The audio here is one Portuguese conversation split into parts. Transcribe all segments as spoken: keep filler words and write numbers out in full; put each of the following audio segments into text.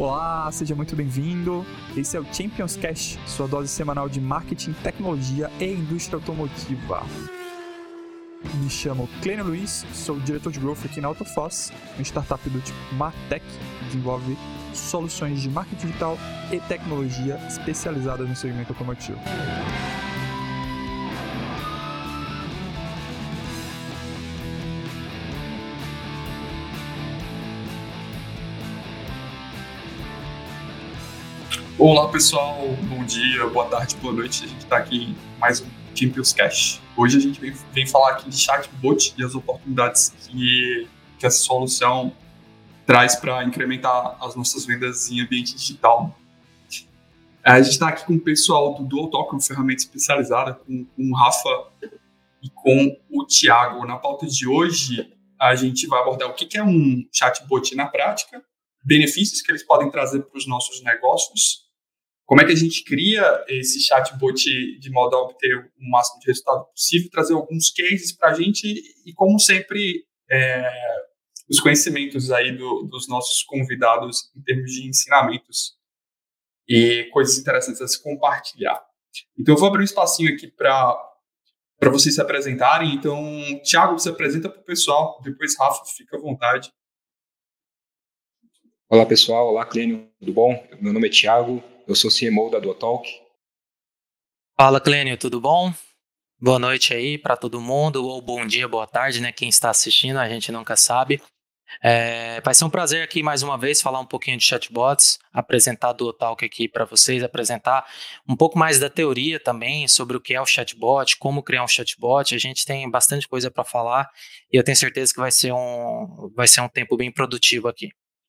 Olá, seja muito bem-vindo. Esse é o Champions Cast, sua dose semanal de marketing, tecnologia e indústria automotiva. Me chamo Clênio Luiz, sou diretor de growth aqui na Autofoss, uma startup do tipo Martech, que desenvolve soluções de marketing digital e tecnologia especializadas no segmento automotivo. Olá pessoal, bom dia, boa tarde, boa noite. A gente está aqui em mais um Champions Cash. Hoje a gente vem, vem falar aqui de chatbot e as oportunidades que, que essa solução traz para incrementar as nossas vendas em ambiente digital. A gente está aqui com o pessoal do DualTalk, uma ferramenta especializada, com, com o Rafa e com o Thiago. Na pauta de hoje, a gente vai abordar o que é um chatbot na prática, benefícios que eles podem trazer para os nossos negócios, como é que a gente cria esse chatbot de modo a obter o máximo de resultado possível, trazer alguns cases para a gente e, como sempre, é, os conhecimentos aí do, dos nossos convidados em termos de ensinamentos e coisas interessantes a se compartilhar. Então, eu vou abrir um espacinho aqui para para vocês se apresentarem. Então, Thiago, se apresenta para o pessoal, depois Rafa, fica à vontade. Olá pessoal, olá Clênio, tudo bom? Meu nome é Thiago, eu sou C M O da DualTalk. Fala Clênio, tudo bom? Boa noite aí para todo mundo, ou bom dia, boa tarde, né? Quem está assistindo, a gente nunca sabe. É, vai ser um prazer aqui mais uma vez falar um pouquinho de chatbots, apresentar a DualTalk aqui para vocês, apresentar um pouco mais da teoria também sobre o que é o chatbot, como criar um chatbot. A gente tem bastante coisa para falar e eu tenho certeza que vai ser um, vai ser um tempo bem produtivo aqui.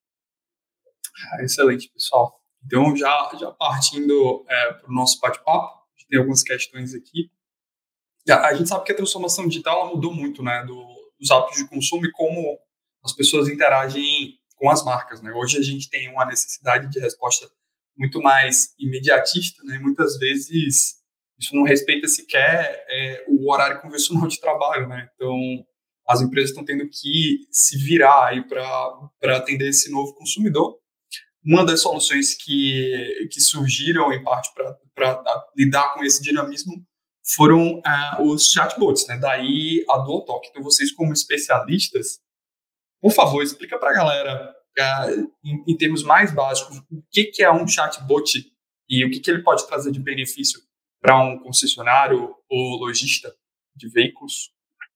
Ah, excelente, pessoal. Então, já, já partindo é, para o nosso bate-papo, a gente tem algumas questões aqui. A, a gente sabe que a transformação digital ela mudou muito, né, do, dos hábitos de consumo e como as pessoas interagem com as marcas, né? Hoje a gente tem uma necessidade de resposta muito mais imediatista, né? Muitas vezes isso não respeita sequer é, o horário convencional de trabalho, né? Então, as empresas estão tendo que se virar aí para atender esse novo consumidor. Uma das soluções que, que surgiram, em parte, para lidar com esse dinamismo foram uh, os chatbots, né? Daí a DualTalk. Então, vocês, como especialistas, por favor, explica para a galera, uh, em, em termos mais básicos, o que, que é um chatbot e o que, que ele pode trazer de benefício para um concessionário ou lojista de veículos.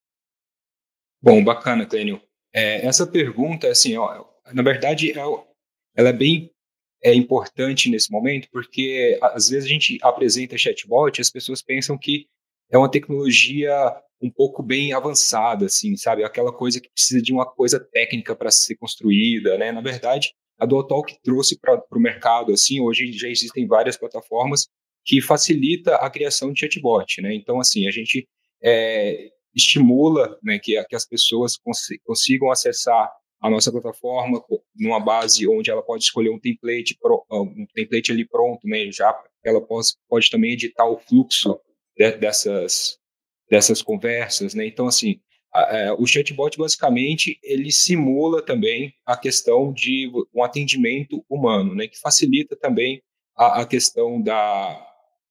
Bom, bacana, Clênio. É, essa pergunta, assim, ó, na verdade, é ela é bem é, importante nesse momento, porque às vezes a gente apresenta chatbot e as pessoas pensam que é uma tecnologia um pouco bem avançada, assim, sabe? Aquela coisa que precisa de uma coisa técnica para ser construída, né? Na verdade, a DualTalk trouxe para o mercado, assim, hoje já existem várias plataformas que facilita a criação de chatbot, né? Então, assim, a gente é, estimula, né, que, que as pessoas cons consigam acessar a nossa plataforma numa base onde ela pode escolher um template, um template ali pronto, né? Já ela pode, pode também editar o fluxo de, dessas, dessas conversas, né? Então, assim, a, a, o chatbot, basicamente, ele simula também a questão de um atendimento humano, né? Que facilita também a, a questão da,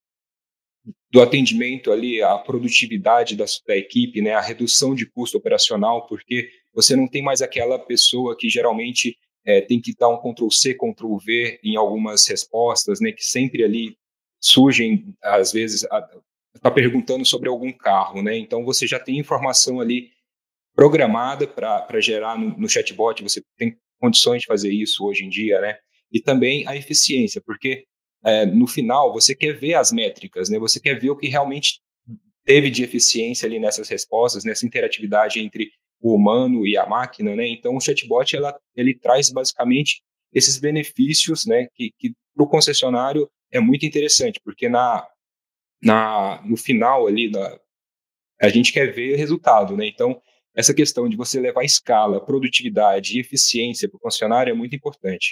do atendimento ali, a produtividade da, da equipe, né? A redução de custo operacional, porque você não tem mais aquela pessoa que geralmente é, tem que dar um control C, control V em algumas respostas, né, que sempre ali surgem, às vezes, está perguntando sobre algum carro, né? Então, você já tem informação ali programada para gerar no, no chatbot, você tem condições de fazer isso hoje em dia, né? E também a eficiência, porque é, no final você quer ver as métricas, né? Você quer ver o que realmente teve de eficiência ali nessas respostas, nessa interatividade entre o humano e a máquina, né? Então, o chatbot, ela, ele traz basicamente esses benefícios, né? Que, que para o concessionário é muito interessante, porque na, na, no final ali, na, a gente quer ver o resultado, né? Então, essa questão de você levar escala, produtividade e eficiência para o concessionário é muito importante.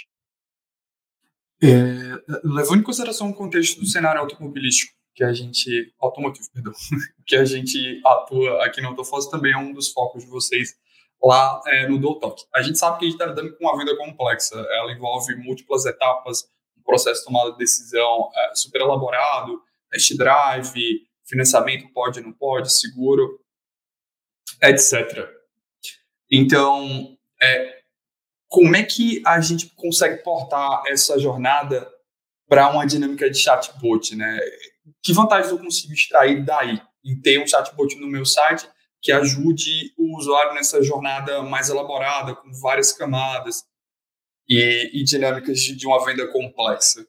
É, levando em consideração o contexto do cenário automobilístico, que a gente, automotivo, perdão, que a gente atua aqui na Autofoss, também é um dos focos de vocês lá é, no DualTalk. A gente sabe que a gente está lidando com uma venda complexa, ela envolve múltiplas etapas, um processo de tomada de decisão é, super elaborado, test drive, financiamento pode, não pode, seguro, etcétera. Então, é, como é que a gente consegue portar essa jornada para uma dinâmica de chatbot, né? Que vantagens eu consigo extrair daí, em ter um chatbot no meu site que ajude o usuário nessa jornada mais elaborada, com várias camadas e, e dinâmicas de, de uma venda complexa?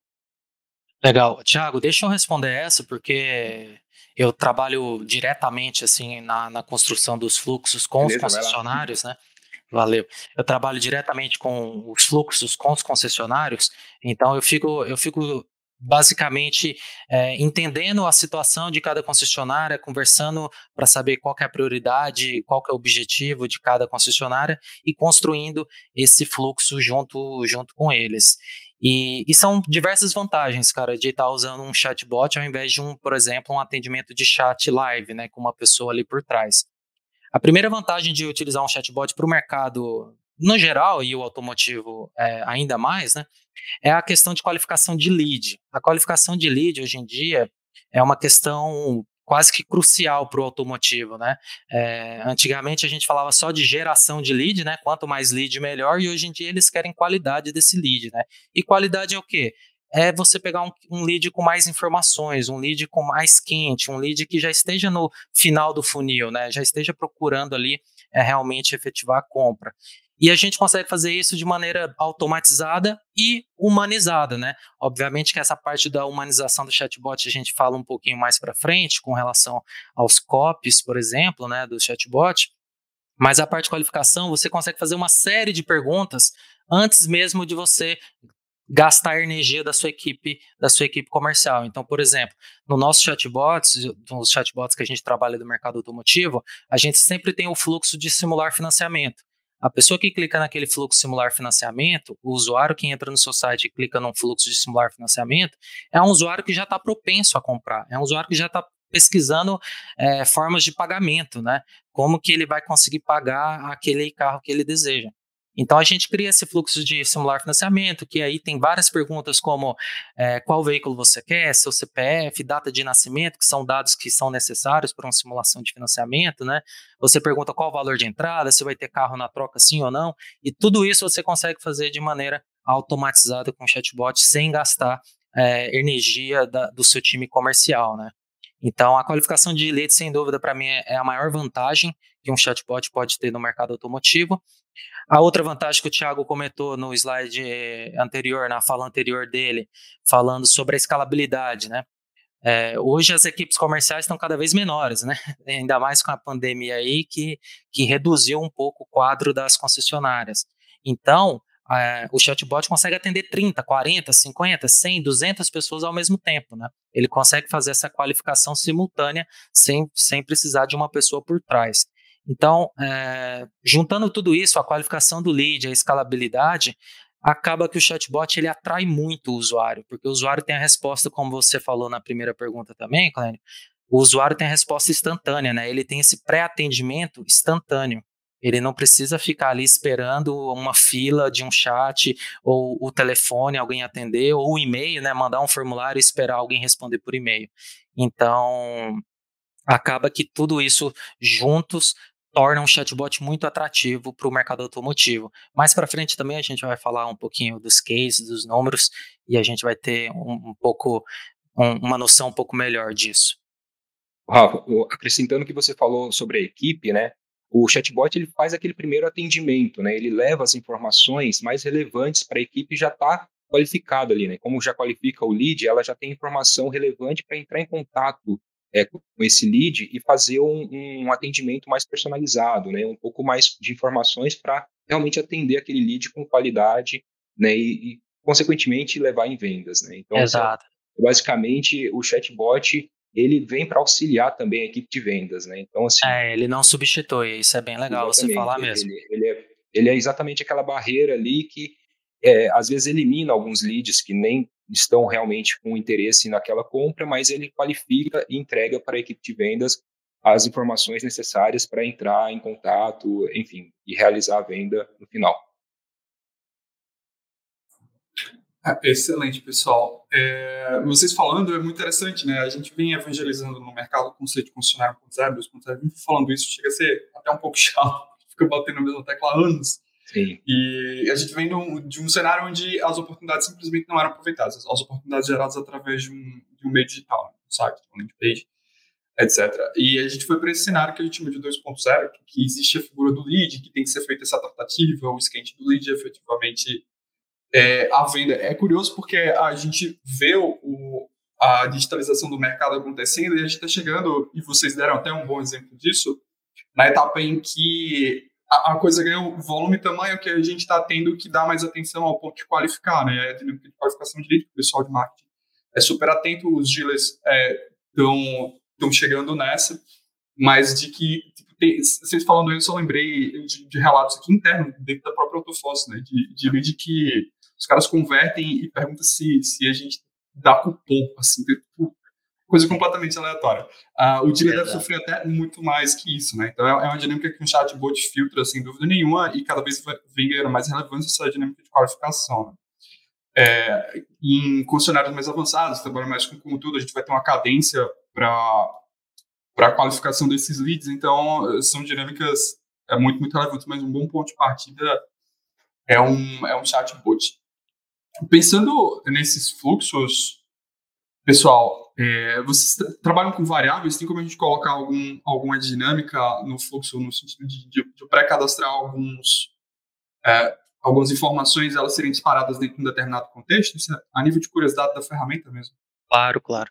Legal. Thiago, deixa eu responder essa, porque eu trabalho diretamente assim na, na construção dos fluxos com Beleza, os concessionários, né? Valeu. Eu trabalho diretamente com os fluxos com os concessionários, então eu fico, eu fico basicamente é, entendendo a situação de cada concessionária, conversando para saber qual que é a prioridade, qual que é o objetivo de cada concessionária e construindo esse fluxo junto, junto com eles. E, e são diversas vantagens, cara, de estar usando um chatbot ao invés de um, por exemplo, um atendimento de chat live, né, com uma pessoa ali por trás. A primeira vantagem de utilizar um chatbot para o mercado, no geral, e o automotivo é, ainda mais, né, é a questão de qualificação de lead. A qualificação de lead, hoje em dia, é uma questão quase que crucial para o automotivo, né? É, antigamente a gente falava só de geração de lead, né? Quanto mais lead, melhor, e hoje em dia eles querem qualidade desse lead, né? E qualidade é o quê? É você pegar um, um lead com mais informações, um lead com mais quente, um lead que já esteja no final do funil, né? Já esteja procurando ali é, realmente efetivar a compra. E a gente consegue fazer isso de maneira automatizada e humanizada, né? Obviamente que essa parte da humanização do chatbot a gente fala um pouquinho mais para frente com relação aos copies, por exemplo, né, do chatbot. Mas a parte de qualificação, você consegue fazer uma série de perguntas antes mesmo de você gastar a energia da sua equipe, da sua equipe comercial. Então, por exemplo, no nosso chatbots, nos chatbots que a gente trabalha do mercado automotivo, a gente sempre tem o fluxo de simular financiamento. A pessoa que clica naquele fluxo simular financiamento, o usuário que entra no seu site e clica num fluxo de simular financiamento, é um usuário que já está propenso a comprar, é um usuário que já está pesquisando é, formas de pagamento, né? Como que ele vai conseguir pagar aquele carro que ele deseja. Então, a gente cria esse fluxo de simular financiamento, que aí tem várias perguntas como é, qual veículo você quer, seu C P F, data de nascimento, que são dados que são necessários para uma simulação de financiamento, né? Você pergunta qual o valor de entrada, se vai ter carro na troca sim ou não, e tudo isso você consegue fazer de maneira automatizada com o chatbot, sem gastar é, energia da, do seu time comercial, né? Então, a qualificação de lead, sem dúvida, para mim é a maior vantagem que um chatbot pode ter no mercado automotivo. A outra vantagem que o Thiago comentou no slide anterior, na fala anterior dele, falando sobre a escalabilidade, né? É, hoje as equipes comerciais estão cada vez menores, né? Ainda mais com a pandemia aí, que, que reduziu um pouco o quadro das concessionárias. Então, é, o chatbot consegue atender trinta, quarenta, cinquenta, cem, duzentas pessoas ao mesmo tempo, né? Ele consegue fazer essa qualificação simultânea sem, sem precisar de uma pessoa por trás. Então, é, juntando tudo isso, a qualificação do lead, a escalabilidade, acaba que o chatbot ele atrai muito o usuário, porque o usuário tem a resposta, como você falou na primeira pergunta também, Clênio, o usuário tem a resposta instantânea, né? Ele tem esse pré-atendimento instantâneo. Ele não precisa ficar ali esperando uma fila de um chat, ou o telefone, alguém atender, ou o e-mail, né? Mandar um formulário e esperar alguém responder por e-mail. Então, acaba que tudo isso juntos torna um chatbot muito atrativo para o mercado automotivo. Mais para frente também a gente vai falar um pouquinho dos cases, dos números, e a gente vai ter um, um pouco, um, uma noção um pouco melhor disso. Rafa, acrescentando o que você falou sobre a equipe, né? O chatbot ele faz aquele primeiro atendimento, né? Ele leva as informações mais relevantes para a equipe e já está qualificado ali, né? Como já qualifica o lead, ela já tem informação relevante para entrar em contato é, com esse lead e fazer um, um atendimento mais personalizado, né? Um pouco mais de informações para realmente atender aquele lead com qualidade, né? E, e consequentemente levar em vendas, né? Então, Exato. assim, basicamente, o chatbot ele vem para auxiliar também a equipe de vendas, né? Então, assim... É, ele não substitui, isso é bem legal você falar mesmo. Ele, ele, é, ele é exatamente aquela barreira ali que, é, às vezes, elimina alguns leads que nem estão realmente com interesse naquela compra, mas ele qualifica e entrega para a equipe de vendas as informações necessárias para entrar em contato, enfim, e realizar a venda no final. Excelente, pessoal. É, vocês falando é muito interessante, né? A gente vem evangelizando no mercado o conceito de concessionário um ponto zero, dois ponto zero, falando isso chega a ser até um pouco chato, fica batendo na mesma tecla há anos. Sim. E a gente vem de um, de um cenário onde as oportunidades simplesmente não eram aproveitadas, as oportunidades geradas através de um, de um meio digital, né? Um site, uma landing page, etcétera. E a gente foi para esse cenário que a gente chama de dois ponto zero, que existe a figura do lead, que tem que ser feita essa tratativa, o scan do lead, efetivamente É, a venda. É curioso porque a gente vê o, a digitalização do mercado acontecendo e a gente está chegando, e vocês deram até um bom exemplo disso, na etapa em que a, a coisa ganha o volume e tamanho que a gente está tendo que dar mais atenção ao ponto de qualificar, né? A dinâmica de qualificação de lead, o pessoal de marketing é super atento, os dealers estão é, chegando nessa, mas de que tipo, tem, vocês falando isso, eu lembrei de, de relatos aqui internos dentro da própria Autofoss, né? De, de lead que os caras convertem e perguntam se, se a gente dá cupom, assim, tipo, coisa completamente aleatória. Uh, o dealer deve sofrer até muito mais que isso, né? Então, é, é uma dinâmica que um chatbot filtra, sem dúvida nenhuma, e cada vez vem ganhando mais relevância essa dinâmica de qualificação, né? É, em concessionários mais avançados, trabalhando mais com, com tudo, a gente vai ter uma cadência para a qualificação desses leads, então, são dinâmicas é muito, muito relevantes, mas um bom ponto de partida é um, é um chatbot. Pensando nesses fluxos, pessoal, é, vocês tra- trabalham com variáveis, tem como a gente colocar algum, alguma dinâmica no fluxo, no sentido de, de, de pré-cadastrar alguns, é, algumas informações, elas serem disparadas dentro de um determinado contexto? Isso é a nível de curiosidade da ferramenta mesmo? Claro, claro.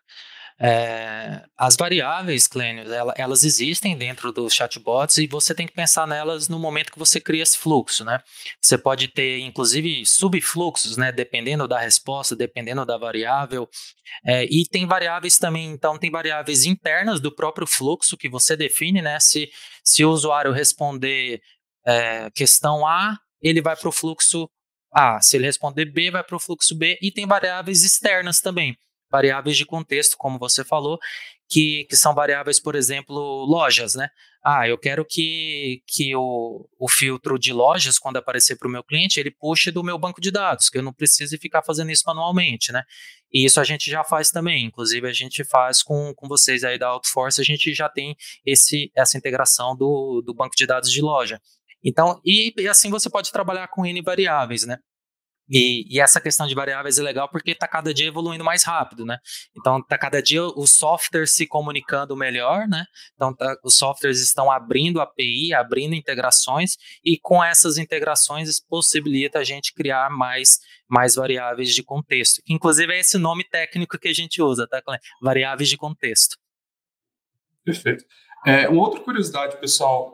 É, as variáveis, Clênio, ela, elas existem dentro dos chatbots e você tem que pensar nelas no momento que você cria esse fluxo, né? Você pode ter, inclusive, subfluxos, né? Dependendo da resposta, dependendo da variável. É, e tem variáveis também, então, tem variáveis internas do próprio fluxo que você define, né? Se, se o usuário responder é, questão A, ele vai para o fluxo A. Se ele responder B, vai para o fluxo B. E tem variáveis externas também. Variáveis de contexto, como você falou, que, que são variáveis, por exemplo, lojas, né? Ah, eu quero que, que o, o filtro de lojas, quando aparecer para o meu cliente, ele puxe do meu banco de dados, que eu não precise ficar fazendo isso manualmente, né? E isso a gente já faz também, inclusive a gente faz com, com vocês aí da Autoforce, a gente já tem esse, essa integração do, do banco de dados de loja. Então, e, e assim você pode trabalhar com N variáveis, né? E, e essa questão de variáveis é legal porque está cada dia evoluindo mais rápido, né? Então, está cada dia os softwares se comunicando melhor, né? Então, tá, os softwares estão abrindo A P I, abrindo integrações, e com essas integrações isso possibilita a gente criar mais, mais variáveis de contexto. Que, inclusive, é esse nome técnico que a gente usa, tá? Variáveis de contexto. Perfeito. É, uma outra curiosidade, pessoal,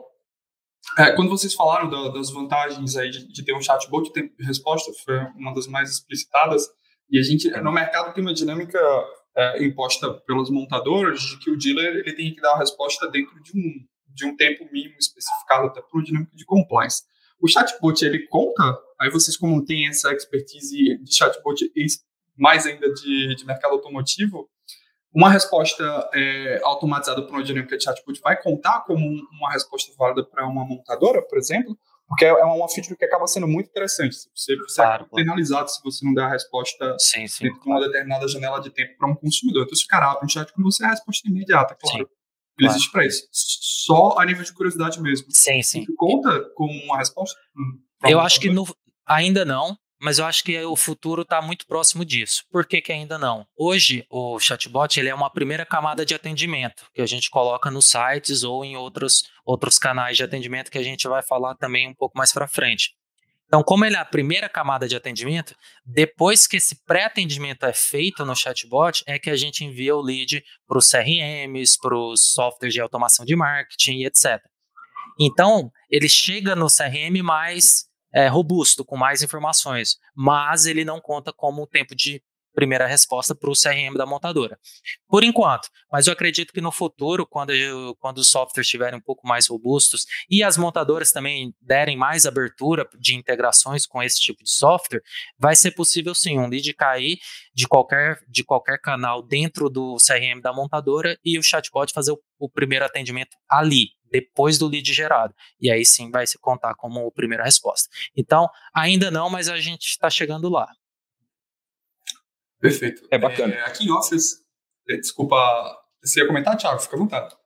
É, quando vocês falaram da, das vantagens aí de, de ter um chatbot, ter resposta, foi uma das mais explicitadas, e a gente, no mercado, tem uma dinâmica é, imposta pelas montadoras de que o dealer ele tem que dar a resposta dentro de um, de um tempo mínimo especificado, até por uma dinâmica de compliance. O chatbot, ele conta, aí vocês como têm essa expertise de chatbot, mais ainda de, de mercado automotivo, uma resposta é, automatizada por uma dinâmica de chatbot vai contar como um, uma resposta válida para uma montadora, por exemplo? Porque é uma feature que acaba sendo muito interessante. Você, você Claro, acaba penalizado se você não der a resposta sim, sim, dentro de claro. uma determinada janela de tempo para um consumidor. Então, se o cara abre um chat com você, a resposta é imediata, claro. Sim, Ele claro. existe para isso. Só a nível de curiosidade mesmo. Sim, sim. Isso conta como uma resposta? Hum, pra Eu montadora? acho que no, ainda não, mas eu acho que o futuro está muito próximo disso. Por que que ainda não? Hoje, o chatbot ele é uma primeira camada de atendimento que a gente coloca nos sites ou em outros, outros canais de atendimento que a gente vai falar também um pouco mais para frente. Então, como ele é a primeira camada de atendimento, depois que esse pré-atendimento é feito no chatbot, é que a gente envia o lead para os C R Ms, para os softwares de automação de marketing e etcétera. Então, ele chega no C R M mais é, robusto, com mais informações, mas ele não conta como um tempo de primeira resposta para o C R M da montadora. Por enquanto, mas eu acredito que no futuro, quando, eu, quando os softwares estiverem um pouco mais robustos e as montadoras também derem mais abertura de integrações com esse tipo de software, vai ser possível sim um lead cair de qualquer, de qualquer canal dentro do C R M da montadora e o chatbot fazer o, o primeiro atendimento ali, depois do lead gerado. E aí sim vai se contar como a primeira resposta. Então, ainda não, mas a gente está chegando lá. Perfeito. É bacana. É, aqui em Office, desculpa, você ia comentar, Thiago? Fica à vontade.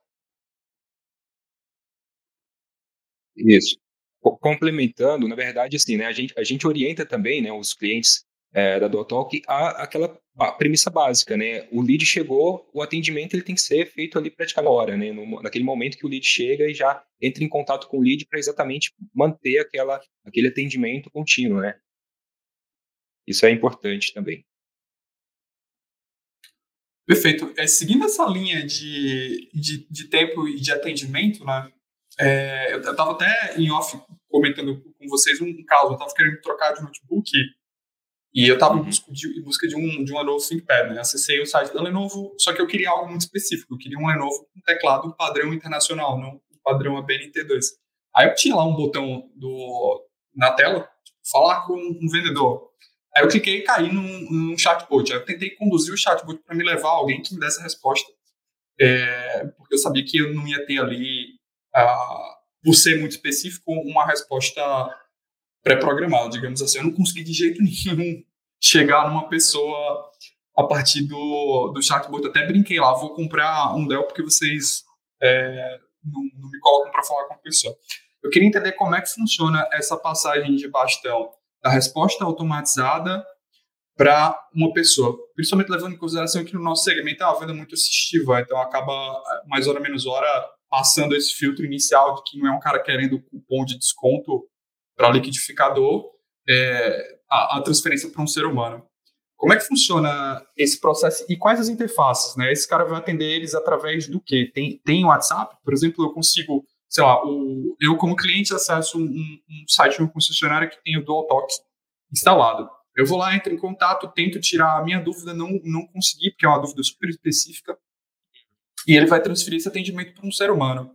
Isso. Complementando, na verdade, assim, né, a gente, a gente orienta também, né, os clientes é, da DualTalk a aquela a premissa básica, né? O lead chegou, o atendimento ele tem que ser feito ali praticamente na hora, né? No, naquele momento que o lead chega e já entra em contato com o lead para exatamente manter aquela, aquele atendimento contínuo, né? Isso é importante também. Perfeito. É, seguindo essa linha de, de, de tempo e de atendimento, né? É, eu estava até em off comentando com vocês um, um caso. Eu estava querendo trocar de notebook e eu estava uhum. em busca, de, em busca de, um, de um Lenovo ThinkPad, né? Acessei o site da Lenovo, só que eu queria algo muito específico. Eu queria um Lenovo com teclado padrão internacional, não um padrão A B N T dois. Aí eu tinha lá um botão do, na tela, tipo, falar com um vendedor. Aí eu cliquei e caí num, num chatbot. Aí eu tentei conduzir o chatbot para me levar alguém que me desse a resposta. É, porque eu sabia que eu não ia ter ali, uh, por ser muito específico, uma resposta pré-programada, digamos assim. Eu não consegui de jeito nenhum chegar numa pessoa a partir do, do chatbot. Eu até brinquei lá, vou comprar um Dell porque vocês é, não, não me colocam para falar com a pessoa. Eu queria entender como é que funciona essa passagem de bastão da resposta automatizada para uma pessoa, principalmente levando em consideração que no nosso segmento é uma venda muito assistiva, então acaba mais hora menos hora passando esse filtro inicial de que não é um cara querendo cupom de desconto para liquidificador, é, a, a transferência para um ser humano. Como é que funciona esse processo e quais as interfaces, né? Esse cara vai atender eles através do quê? Tem, tem WhatsApp? Por exemplo, eu consigo, sei lá, o, eu como cliente acesso um, um site de uma concessionária que tem o DualTalk instalado. Eu vou lá, entro em contato, tento tirar a minha dúvida, não, não consegui, porque é uma dúvida super específica, e ele vai transferir esse atendimento para um ser humano.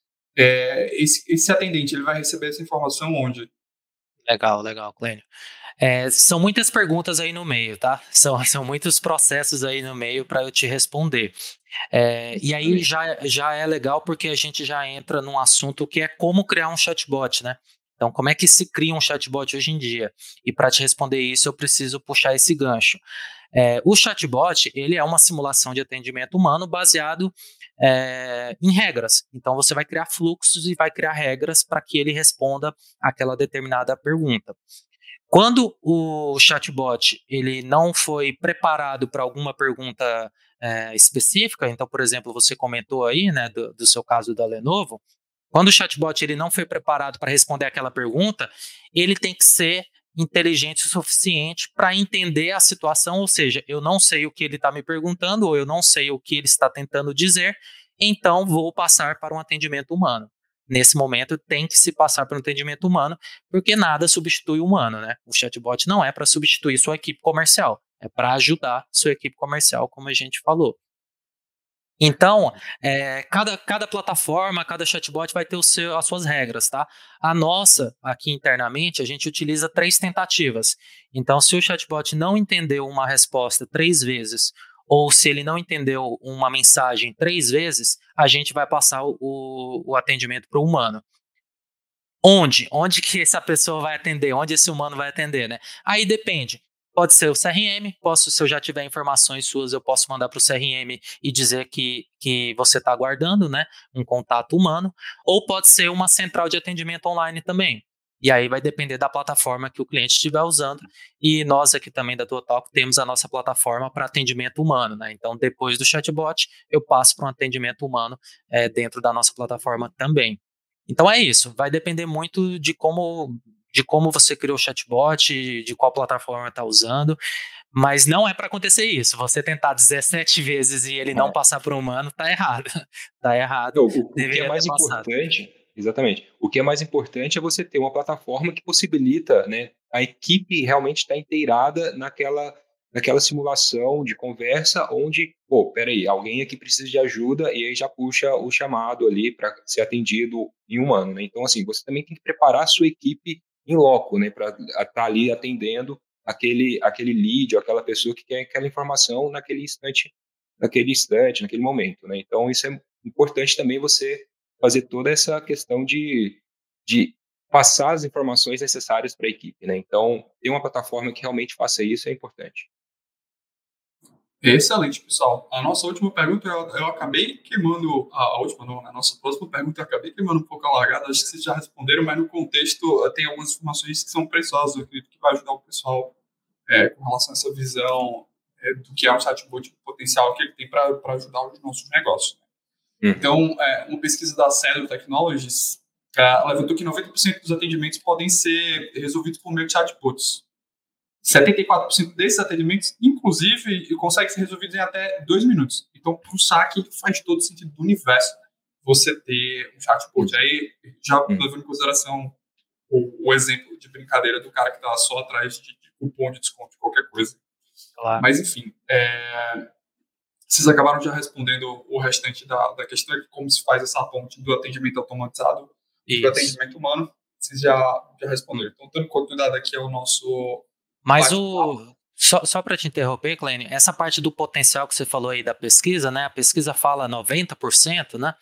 É, esse, esse atendente, ele vai receber essa informação onde? Legal, legal, Clênio. É, são muitas perguntas aí no meio, tá? São, são muitos processos aí no meio para eu te responder. É, e aí já, já é legal porque a gente já entra num assunto que é como criar um chatbot, né? Então, como é que se cria um chatbot hoje em dia? E para te responder isso, eu preciso puxar esse gancho. É, o chatbot, ele é uma simulação de atendimento humano baseado é, em regras. Então, você vai criar fluxos e vai criar regras para que ele responda aquela determinada pergunta. Quando o chatbot ele não foi preparado para alguma pergunta é, específica, então, por exemplo, você comentou aí, né, do, do seu caso da Lenovo, quando o chatbot ele não foi preparado para responder aquela pergunta, ele tem que ser inteligente o suficiente para entender a situação, ou seja, eu não sei o que ele está me perguntando, ou eu não sei o que ele está tentando dizer, então vou passar para um atendimento humano. Nesse momento tem que se passar para um atendimento humano, porque nada substitui o humano, né? O chatbot não é para substituir sua equipe comercial, é para ajudar sua equipe comercial, como a gente falou. Então, é, cada, cada plataforma, cada chatbot vai ter o seu, as suas regras, tá? A nossa, aqui internamente, a gente utiliza três tentativas. Então, se o chatbot não entendeu uma resposta três vezes, ou se ele não entendeu uma mensagem três vezes, a gente vai passar o, o atendimento para o humano. Onde? Onde que essa pessoa vai atender? Onde esse humano vai atender, né? Aí depende. Pode ser o C R M, posso, se eu já tiver informações suas, eu posso mandar para o C R M e dizer que, que você está aguardando, né, um contato humano, ou pode ser uma central de atendimento online também. E aí vai depender da plataforma que o cliente estiver usando, e nós aqui também da DualTalk temos a nossa plataforma para atendimento humano, né? Então, depois do chatbot, eu passo para um atendimento humano é, dentro da nossa plataforma também. Então é isso, vai depender muito de como... de como você criou o chatbot, de qual plataforma está usando, mas não é para acontecer isso. Você tentar dezessete vezes e ele não é. passar para o humano, tá errado. Tá errado. Não, o, o que é mais importante, exatamente, o que é mais importante é você ter uma plataforma que possibilita, né, a equipe realmente estar inteirada naquela, naquela simulação de conversa onde, pô, peraí, alguém aqui precisa de ajuda e aí já puxa o chamado ali para ser atendido em um ano, né? Então, assim, você também tem que preparar a sua equipe em loco, né, para estar ali atendendo aquele, aquele lead ou aquela pessoa que quer aquela informação naquele instante, naquele instante, naquele momento, né? Então, isso é importante também você fazer toda essa questão de, de passar as informações necessárias para a equipe, né? Então, ter uma plataforma que realmente faça isso é importante. Excelente, pessoal. A nossa última pergunta, eu, eu acabei queimando, a, a última não, a nossa próxima pergunta eu acabei queimando um pouco a largada, acho que vocês já responderam, mas no contexto uh, tem algumas informações que são preciosas, eu acredito que vai ajudar o pessoal é, com relação a essa visão é, do que é um chatbot, do potencial que ele tem para ajudar os nossos negócios. Hum. Então, é, uma pesquisa da Cedro Technologies uh, levantou que noventa por cento dos atendimentos podem ser resolvidos por meio de chatbots. setenta e quatro por cento desses atendimentos, inclusive, consegue ser resolvido em até dois minutos. Então, para o saque, faz todo sentido do universo você ter um chatbot. Aí, já hum. levando em consideração o, o exemplo de brincadeira do cara que está só atrás de, de cupom de desconto, de qualquer coisa. Claro. Mas, enfim, é, vocês acabaram já respondendo o restante da, da questão, de como se faz essa ponte do atendimento automatizado e do atendimento humano. Vocês já, já responderam. Então, dando continuidade aqui ao nosso... Mas o, só, só para te interromper, Clênio, essa parte do potencial que você falou aí da pesquisa, né? A pesquisa fala noventa por cento, né?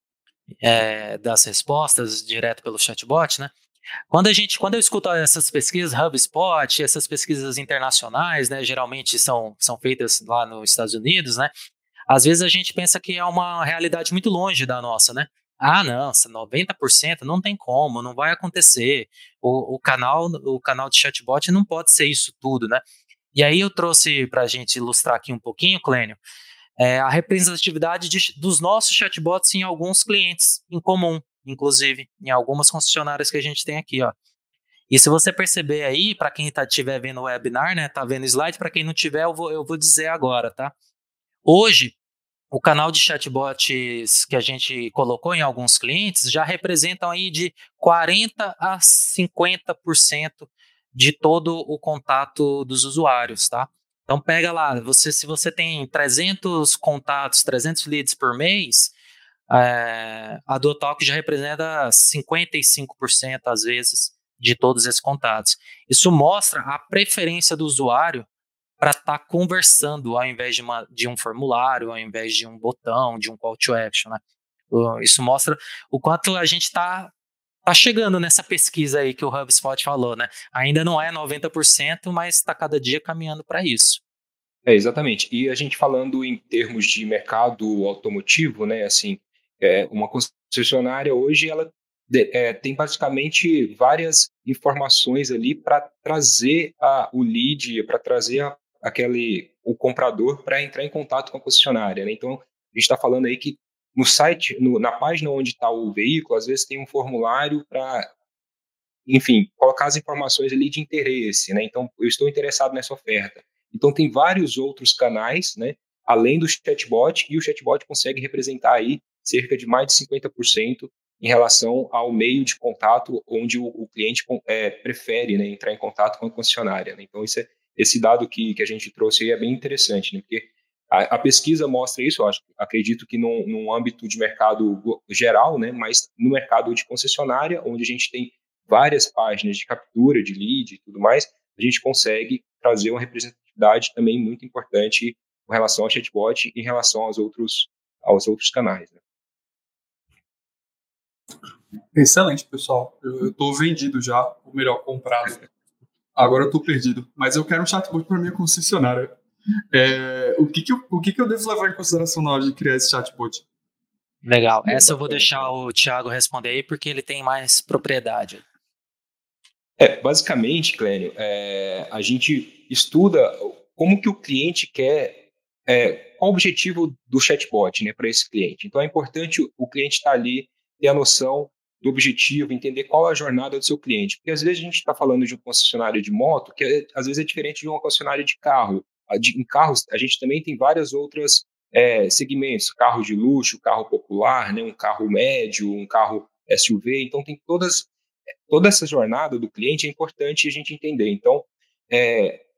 É, das respostas direto pelo chatbot, né? Quando a gente, quando eu escuto essas pesquisas, HubSpot, essas pesquisas internacionais, né? Geralmente são, são feitas lá nos Estados Unidos, né? Às vezes a gente pensa que é uma realidade muito longe da nossa, né? Ah, não, noventa por cento não tem como, não vai acontecer. O, o, canal, o canal de chatbot não pode ser isso tudo, né? E aí eu trouxe para a gente ilustrar aqui um pouquinho, Clênio, é, a representatividade de, dos nossos chatbots em alguns clientes em comum, inclusive, em algumas concessionárias que a gente tem aqui, ó. E se você perceber aí, para quem estiver tá, vendo o webinar, né, tá vendo o slide, para quem não tiver, eu vou, eu vou dizer agora, tá? Hoje, o canal de chatbots que a gente colocou em alguns clientes já representam aí de quarenta a cinquenta por cento de todo o contato dos usuários, tá? Então pega lá, você, se você tem trezentos contatos, trezentos leads por mês, é, a DuoTalk já representa cinquenta e cinco por cento às vezes de todos esses contatos. Isso mostra a preferência do usuário para estar tá conversando ao invés de, uma, de um formulário, ao invés de um botão, de um call to action, né? Isso mostra o quanto a gente está tá chegando nessa pesquisa aí que o HubSpot falou, né? Ainda não é noventa por cento, mas está cada dia caminhando para isso. É, exatamente. E a gente falando em termos de mercado automotivo, né? Assim, é, uma concessionária hoje, ela É, tem basicamente várias informações ali para trazer a, o lead, para trazer a, aquele, o comprador para entrar em contato com a concessionária, né? Então, a gente está falando aí que no site, no, na página onde está o veículo, às vezes tem um formulário para, enfim, colocar as informações ali de interesse, né? Então, eu estou interessado nessa oferta. Então, tem vários outros canais, né? Além do chatbot, e o chatbot consegue representar aí cerca de mais de cinquenta por cento em relação ao meio de contato onde o, o cliente é, prefere, né, entrar em contato com a concessionária, né? Então, isso é, esse dado que, que a gente trouxe aí é bem interessante, né? Porque a, a pesquisa mostra isso, eu acho, acredito que num, num âmbito de mercado geral, né, mas no mercado de concessionária, onde a gente tem várias páginas de captura de lead e tudo mais, a gente consegue trazer uma representatividade também muito importante com relação ao chatbot e em relação aos outros, aos outros canais, né? Excelente, pessoal. Eu estou vendido já, ou melhor, comprado. Agora eu estou perdido. Mas eu quero um chatbot para minha concessionária. É, o que, que, eu, o que, que eu devo levar em consideração na hora de criar esse chatbot? Legal. Essa eu vou deixar o Thiago responder aí, porque ele tem mais propriedade. É, basicamente, Clênio, é, a gente estuda como que o cliente quer, é, qual o objetivo do chatbot, né, para esse cliente. Então, é importante o cliente estar ali, ter a noção do objetivo, entender qual é a jornada do seu cliente. Porque às vezes a gente está falando de um concessionário de moto, que é, às vezes é diferente de uma concessionária de carro. De, em carros, a gente também tem várias outras é, segmentos, carro de luxo, carro popular, né, um carro médio, um carro S U V. Então, tem todas, toda essa jornada do cliente é importante a gente entender. Então, é,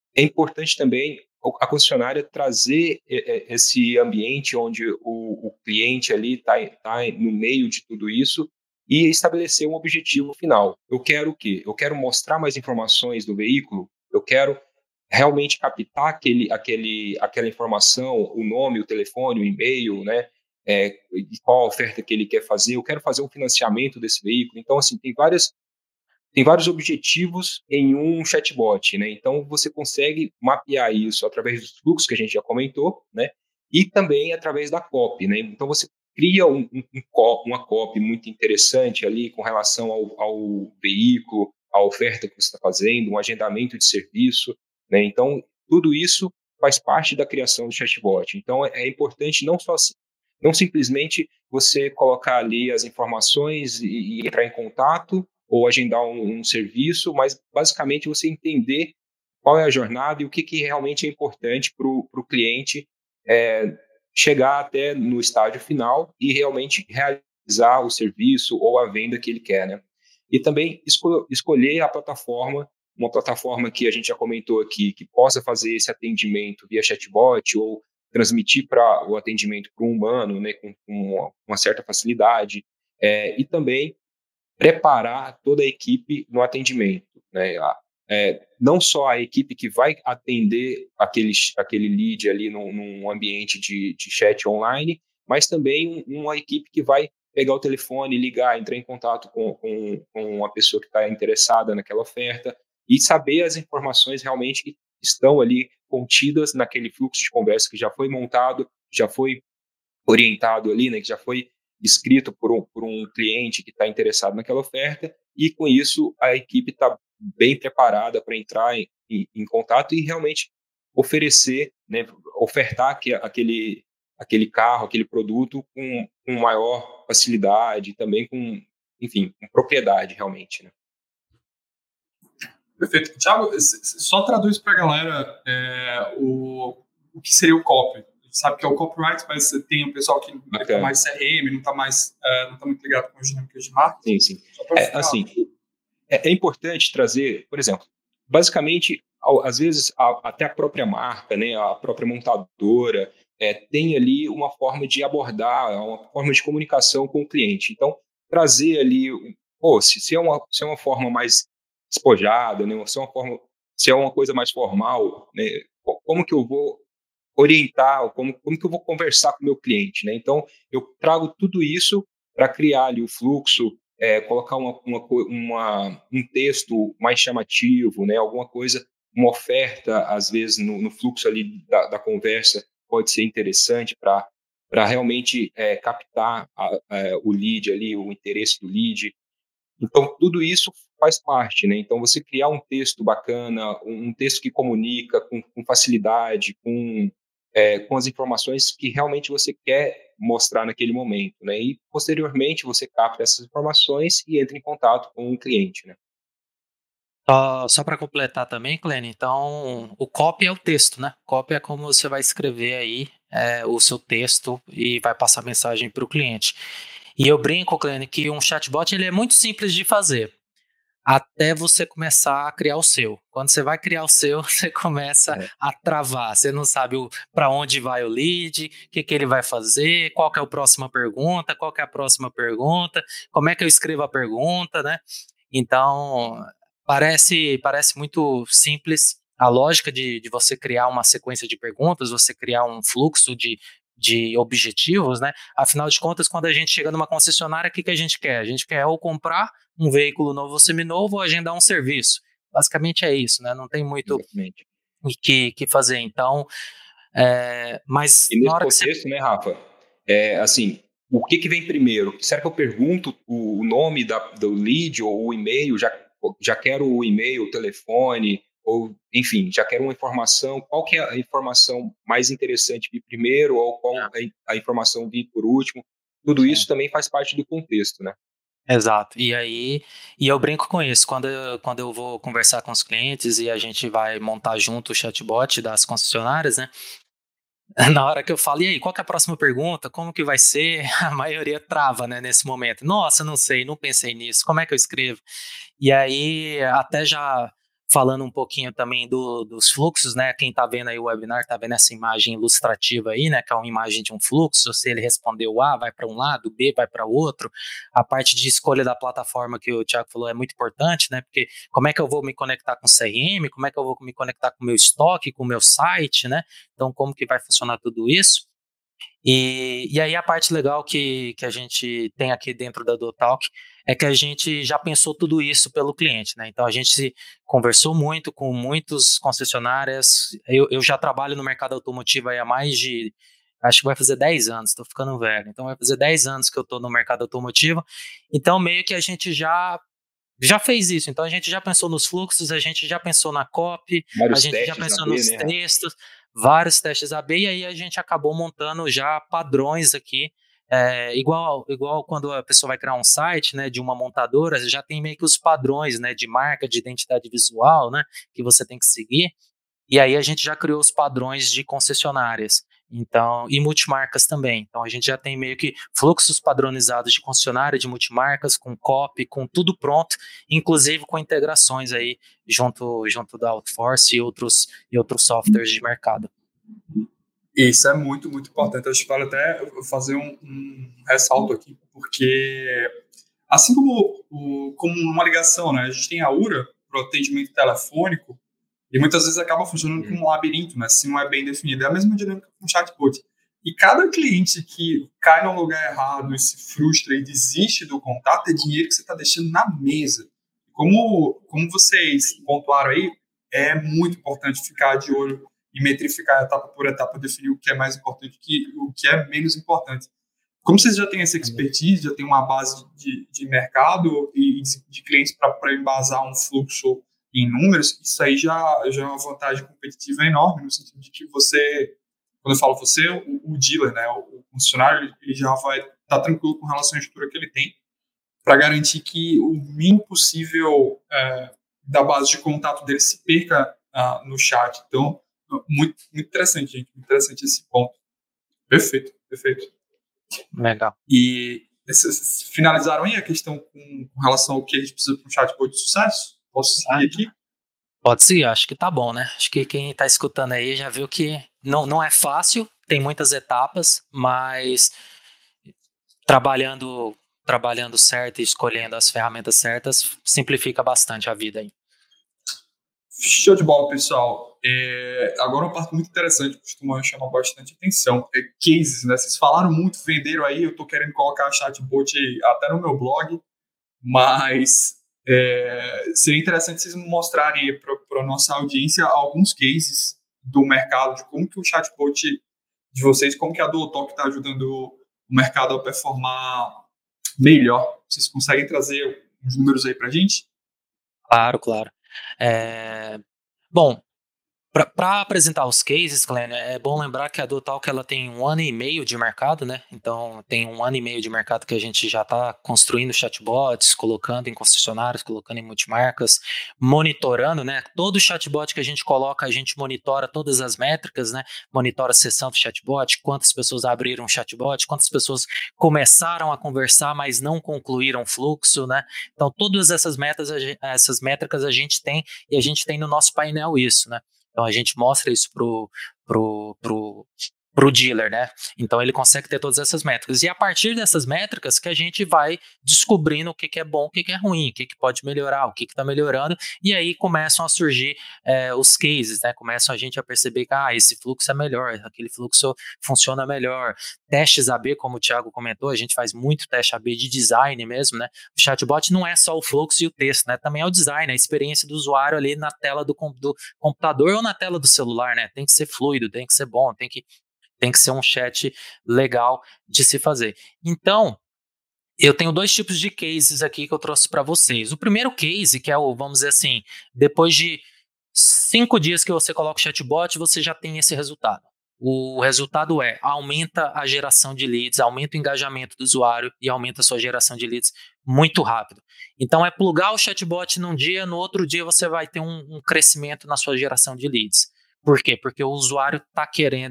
é importante também a concessionária trazer esse ambiente onde o, o cliente ali está tá no meio de tudo isso e estabelecer um objetivo final. Eu quero o quê? Eu quero mostrar mais informações do veículo, eu quero realmente captar aquele, aquele, aquela informação, o nome, o telefone, o e-mail, né? É, qual a oferta que ele quer fazer, eu quero fazer um financiamento desse veículo. Então, assim, tem várias tem vários objetivos em um chatbot, né? Então, você consegue mapear isso através dos fluxos que a gente já comentou, né? E também através da copy, né? Então, você cria um, um, um, uma copy muito interessante ali com relação ao, ao veículo, à oferta que você está fazendo, um agendamento de serviço, né? Então, tudo isso faz parte da criação do chatbot. Então, é, é importante não só não simplesmente você colocar ali as informações e, e entrar em contato ou agendar um, um serviço, mas basicamente você entender qual é a jornada e o que, que realmente é importante para o cliente é, chegar até no estágio final e realmente realizar o serviço ou a venda que ele quer, né? E também esco escolher a plataforma, uma plataforma que a gente já comentou aqui, que possa fazer esse atendimento via chatbot ou transmitir para o atendimento para um humano, né, com, com uma, uma certa facilidade, é, e também preparar toda a equipe no atendimento, né? É, não só a equipe que vai atender aquele, aquele lead ali num, num ambiente de, de chat online, mas também uma equipe que vai pegar o telefone, ligar, entrar em contato com, com, com a pessoa que está interessada naquela oferta e saber as informações realmente que estão ali contidas naquele fluxo de conversa que já foi montado, já foi orientado ali, né, que já foi escrito por um, por um cliente que está interessado naquela oferta, e com isso a equipe está bem preparada para entrar em, em, em contato e realmente oferecer, né, ofertar que, aquele, aquele carro, aquele produto com, com maior facilidade, também com, enfim, com propriedade realmente, né? Perfeito. Thiago, só traduz para a galera é, o, o que seria o copy. Sabe que é o copyright, mas tem o pessoal que não está mais C R M, não está mais, uh, não está muito ligado com as dinâmicas de marketing. Sim, sim. É, assim, é, é importante trazer, por exemplo, basicamente, ao, às vezes, a, até a própria marca, né, a própria montadora, é, tem ali uma forma de abordar, uma forma de comunicação com o cliente. Então, trazer ali, pô, se, se, é, uma, se é uma forma mais despojada, né, se é uma forma, se é uma coisa mais formal, né, como que eu vou orientar, como, como que eu vou conversar com o meu cliente, né? Então, eu trago tudo isso para criar ali o fluxo, é, colocar uma, uma, uma, um texto mais chamativo, né? Alguma coisa, uma oferta, às vezes, no, no fluxo ali da, da conversa pode ser interessante para para realmente é, captar a, a, o lead ali, o interesse do lead. Então, tudo isso faz parte, né? Então, você criar um texto bacana, um, um texto que comunica com, com facilidade, com É, com as informações que realmente você quer mostrar naquele momento, né? E posteriormente você capta essas informações e entra em contato com o cliente, né? Só, só para completar também, Clênio, então o copy é o texto, né? Copy é como você vai escrever aí é, o seu texto e vai passar mensagem para o cliente. E eu brinco, Clênio, que um chatbot ele é muito simples de fazer, até você começar a criar o seu. Quando você vai criar o seu, você começa é. a travar. Você não sabe para onde vai o lead, o que, que ele vai fazer, qual que é a próxima pergunta, qual que é a próxima pergunta, como é que eu escrevo a pergunta, né? Então, parece, parece muito simples a lógica de, de você criar uma sequência de perguntas, você criar um fluxo de, de objetivos, né? Afinal de contas, quando a gente chega numa concessionária, o que, que a gente quer? A gente quer ou comprar um veículo novo ou seminovo ou agendar um serviço. Basicamente é isso, né? Não tem muito o que, que fazer. Então, é, mas e nesse na hora contexto, que você... né, Rafa? É, assim, o que, que vem primeiro? Será que eu pergunto o nome da, do lead ou o e-mail? Já, já quero o e-mail, o telefone, ou, enfim, já quero uma informação. Qual que é a informação mais interessante vir primeiro ou qual é a informação vir por último? Tudo Sim. isso também faz parte do contexto, né? Exato. E aí, e eu brinco com isso. Quando eu, quando eu vou conversar com os clientes e a gente vai montar junto o chatbot das concessionárias, né? Na hora que eu falo, e aí, qual que é a próxima pergunta? Como que vai ser? A maioria trava, né, nesse momento. Nossa, não sei, não pensei nisso. Como é que eu escrevo? E aí, até já falando um pouquinho também do, dos fluxos, né? Quem está vendo aí o webinar está vendo essa imagem ilustrativa aí, né? Que é uma imagem de um fluxo. Se ele respondeu A, vai para um lado, B vai para o outro. A parte de escolha da plataforma que o Thiago falou é muito importante, né? Porque como é que eu vou me conectar com o C R M? Como é que eu vou me conectar com o meu estoque, com o meu site, né? Então, como que vai funcionar tudo isso? E, e aí a parte legal que, que a gente tem aqui dentro da DoTalk é que a gente já pensou tudo isso pelo cliente, né? Então a gente conversou muito com muitas concessionárias. Eu, eu já trabalho no mercado automotivo aí há mais de, acho que vai fazer dez anos, estou ficando velho. Então vai fazer dez anos que eu estou no mercado automotivo. Então meio que a gente já já fez isso. Então a gente já pensou nos fluxos, a gente já pensou na copy, Vários a gente já testes pensou A B, nos né? textos, vários testes A B, e aí a gente acabou montando já padrões aqui, é, igual, igual quando a pessoa vai criar um site, né, de uma montadora, já tem meio que os padrões, né, de marca, de identidade visual, né, que você tem que seguir. E aí a gente já criou os padrões de concessionárias, então, e multimarcas também. Então a gente já tem meio que fluxos padronizados de concessionária, de multimarcas, com copy, com tudo pronto, inclusive com integrações aí junto, junto da Outforce e outros, e outros softwares de mercado. Isso é muito, muito importante. Acho que vale até fazer um, um ressalto aqui, porque assim como, o, como uma ligação, né? A gente tem a URA para o atendimento telefônico, e muitas vezes acaba funcionando como um labirinto, né? Se não é bem definido. É a mesma dinâmica com o chatbot. E cada cliente que cai no lugar errado e se frustra e desiste do contato é dinheiro que você está deixando na mesa. Como, como vocês pontuaram aí, é muito importante ficar de olho e metrificar etapa por etapa, definir o que é mais importante e o que é menos importante. Como vocês já têm essa expertise, já têm uma base de, de mercado e de, de clientes para embasar um fluxo em números, isso aí já, já é uma vantagem competitiva enorme, no sentido de que você, quando eu falo você, o, o dealer, né, o, o funcionário, ele já vai estar tá tranquilo com relação à estrutura que ele tem, para garantir que o mínimo possível é, da base de contato dele se perca uh, no chat. Então, muito, muito interessante, gente, muito interessante esse ponto. Perfeito, perfeito. Legal. E vocês finalizaram aí a questão com, com relação ao que a gente precisa para um chatbot de sucesso? Posso seguir ah, aqui? Pode seguir, acho que tá bom, né? Acho que quem está escutando aí já viu que não, não é fácil, tem muitas etapas, mas trabalhando, trabalhando certo e escolhendo as ferramentas certas, simplifica bastante a vida aí. Show de bola, pessoal. É, agora uma parte muito interessante, costuma chamar bastante atenção, é cases, né? Vocês falaram muito, venderam aí, eu tô querendo colocar chatbot até no meu blog, mas é, seria interessante vocês mostrarem para a nossa audiência alguns cases do mercado, de como que o chatbot de vocês, como que a DoTalk está ajudando o mercado a performar melhor. Vocês conseguem trazer uns números aí para a gente? Claro, claro. É, bom, para apresentar os cases, Clênio, é bom lembrar que a DoTalk ela tem um ano e meio de mercado, né? Então, tem um ano e meio de mercado que a gente já está construindo chatbots, colocando em concessionários, colocando em multimarcas, monitorando, né? Todo chatbot que a gente coloca, a gente monitora todas as métricas, né? Monitora a sessão do chatbot, quantas pessoas abriram o chatbot, quantas pessoas começaram a conversar, mas não concluíram o fluxo, né? Então, todas essas metas, essas métricas a gente tem e a gente tem no nosso painel isso, né? Então a gente mostra isso pro, pro, pro, pro dealer, né? Então ele consegue ter todas essas métricas. E a partir dessas métricas que a gente vai descobrindo o que, que é bom, o que, que é ruim, o que, que pode melhorar, o que está melhorando, e aí começam a surgir é, os cases, né? Começam a gente a perceber que ah, esse fluxo é melhor, aquele fluxo funciona melhor. Testes A B, como o Thiago comentou, a gente faz muito teste A B de design mesmo, né? O chatbot não é só o fluxo e o texto, né? Também é o design, a experiência do usuário ali na tela do, do computador ou na tela do celular, né? Tem que ser fluido, tem que ser bom, tem que Tem que ser um chat legal de se fazer. Então, eu tenho dois tipos de cases aqui que eu trouxe para vocês. O primeiro case, que é o, vamos dizer assim, depois de cinco dias que você coloca o chatbot, você já tem esse resultado. O resultado é, aumenta a geração de leads, aumenta o engajamento do usuário e aumenta a sua geração de leads muito rápido. Então, é plugar o chatbot num dia, no outro dia você vai ter um, um crescimento na sua geração de leads. Por quê? Porque o usuário está querendo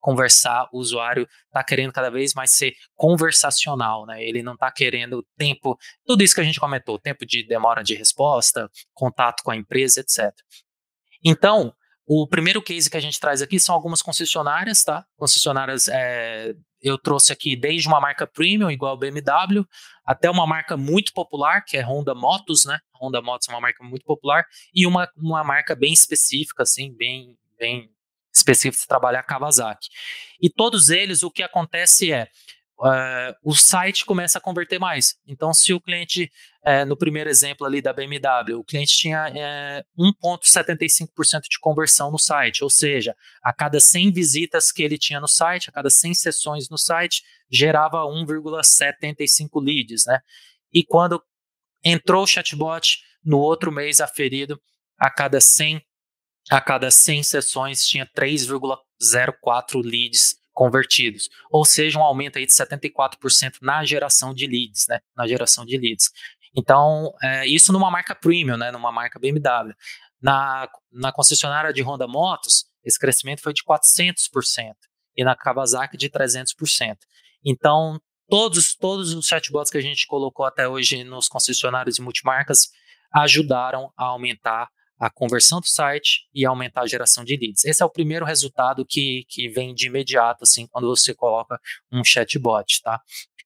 conversar, o usuário está querendo cada vez mais ser conversacional, né? Ele não está querendo tempo, tudo isso que a gente comentou, tempo de demora de resposta, contato com a empresa, etcétera. Então, o primeiro case que a gente traz aqui são algumas concessionárias, tá? Concessionárias, é, eu trouxe aqui desde uma marca premium, igual a B M W, até uma marca muito popular, que é Honda Motos, né? Honda Motos é uma marca muito popular, e uma, uma marca bem específica, assim, bem, bem específica de trabalhar, Kawasaki. E todos eles, o que acontece é, Uh, o site começa a converter mais. Então, se o cliente, uh, no primeiro exemplo ali da B M W, o cliente tinha uh, um vírgula setenta e cinco por cento de conversão no site, ou seja, a cada cem visitas que ele tinha no site, a cada cem sessões no site, gerava um vírgula setenta e cinco leads, né? E quando entrou o chatbot, no outro mês aferido, a cada cem, a cada cem sessões tinha três vírgula zero quatro leads convertidos, ou seja, um aumento aí de setenta e quatro por cento na geração de leads, né? Na geração de leads. Então, é, isso numa marca premium, né? Numa marca B M W. Na, na concessionária de Honda Motos, esse crescimento foi de quatrocentos por cento e na Kawasaki de trezentos por cento. Então, todos, todos os chatbots que a gente colocou até hoje nos concessionários e multimarcas ajudaram a aumentar a conversão do site e aumentar a geração de leads. Esse é o primeiro resultado que, que vem de imediato, assim, quando você coloca um chatbot, tá?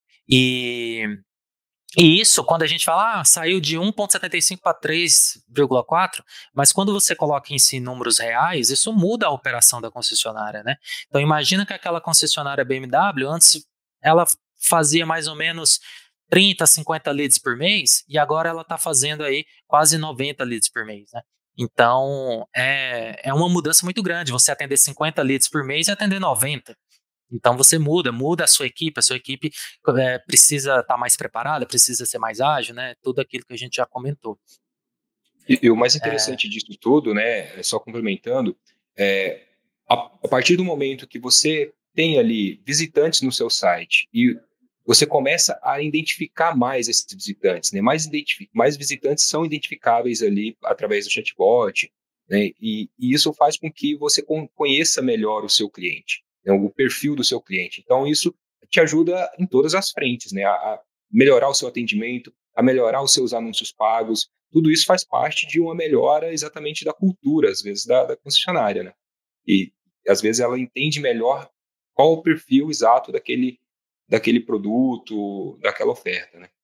E, e isso, quando a gente fala, ah, saiu de um vírgula setenta e cinco para três vírgula quatro, mas quando você coloca em si números reais, isso muda a operação da concessionária, né? Então, imagina que aquela concessionária B M W, antes, ela fazia mais ou menos trinta, cinquenta leads por mês, e agora ela está fazendo aí quase noventa leads por mês, né? Então, é, é uma mudança muito grande, você atender cinquenta leads por mês e atender noventa. Então, você muda, muda a sua equipe, a sua equipe é, precisa estar tá mais preparada, precisa ser mais ágil, né? Tudo aquilo que a gente já comentou. E, e o mais interessante é... disso tudo, né, só complementando, é, a, a partir do momento que você tem ali visitantes no seu site e você começa a identificar mais esses visitantes, né? Mais, mais visitantes são identificáveis ali através do chatbot, né? E, e isso faz com que você conheça melhor o seu cliente, né? O perfil do seu cliente. Então, isso te ajuda em todas as frentes, né? A, a melhorar o seu atendimento, a melhorar os seus anúncios pagos. Tudo isso faz parte de uma melhora exatamente da cultura, às vezes, da, da concessionária, né? E, às vezes, ela entende melhor qual o perfil exato daquele daquele produto, daquela oferta, né?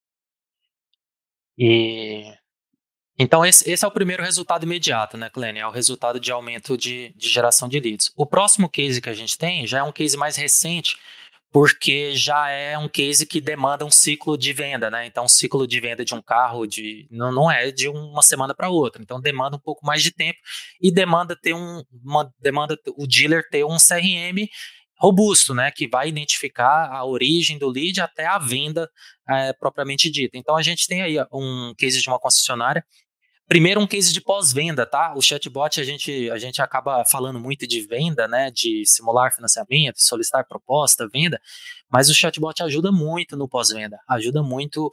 E então esse, esse é o primeiro resultado imediato, né, Clênia? É o resultado de aumento de, de geração de leads. O próximo case que a gente tem já é um case mais recente, porque já é um case que demanda um ciclo de venda, né? Então, um ciclo de venda de um carro de, não, não é de uma semana para outra. Então, demanda um pouco mais de tempo e demanda ter um, uma, demanda o dealer ter um C R M robusto, né, que vai identificar a origem do lead até a venda é, propriamente dita. Então, a gente tem aí um case de uma concessionária. Primeiro, um case de pós-venda, tá? O chatbot, a gente, a gente acaba falando muito de venda, né, de simular financiamento, solicitar proposta, venda, mas o chatbot ajuda muito no pós-venda, ajuda muito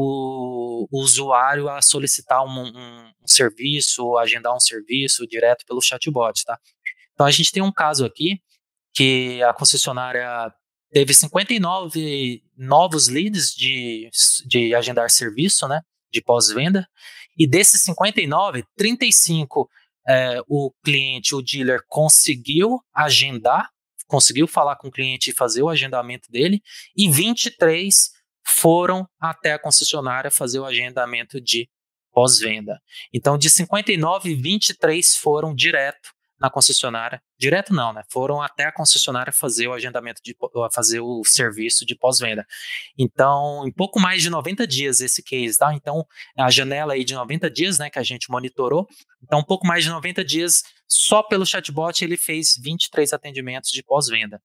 o, o usuário a solicitar um, um, um serviço, agendar um serviço direto pelo chatbot, tá? Então, a gente tem um caso aqui, que a concessionária teve cinquenta e nove novos leads de, de agendar serviço, né, de pós-venda, e desses cinquenta e nove, trinta e cinco é, o cliente, o dealer conseguiu agendar, conseguiu falar com o cliente e fazer o agendamento dele, e vinte e três foram até a concessionária fazer o agendamento de pós-venda. Então, de cinquenta e nove, vinte e três foram direto na concessionária, direto não, né? Foram até a concessionária fazer o agendamento, de, fazer o serviço de pós-venda. Então, em pouco mais de noventa dias esse case, tá? Então, a janela aí de noventa dias, né, que a gente monitorou, então, um pouco mais de noventa dias, só pelo chatbot ele fez vinte e três atendimentos de pós-venda.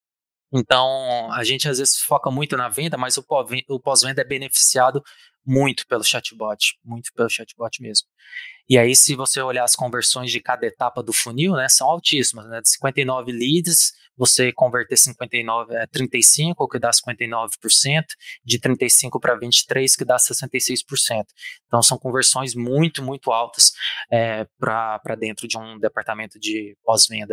Então, a gente às vezes foca muito na venda, mas o pós-venda é beneficiado muito pelo chatbot, muito pelo chatbot mesmo. E aí, se você olhar as conversões de cada etapa do funil, né, são altíssimas, né? De cinquenta e nove leads, você converter cinquenta e nove, é, trinta e cinco, que dá cinquenta e nove por cento, de trinta e cinco para vinte e três, que dá sessenta e seis por cento. Então, são conversões muito, muito altas é, para dentro de um departamento de pós-venda.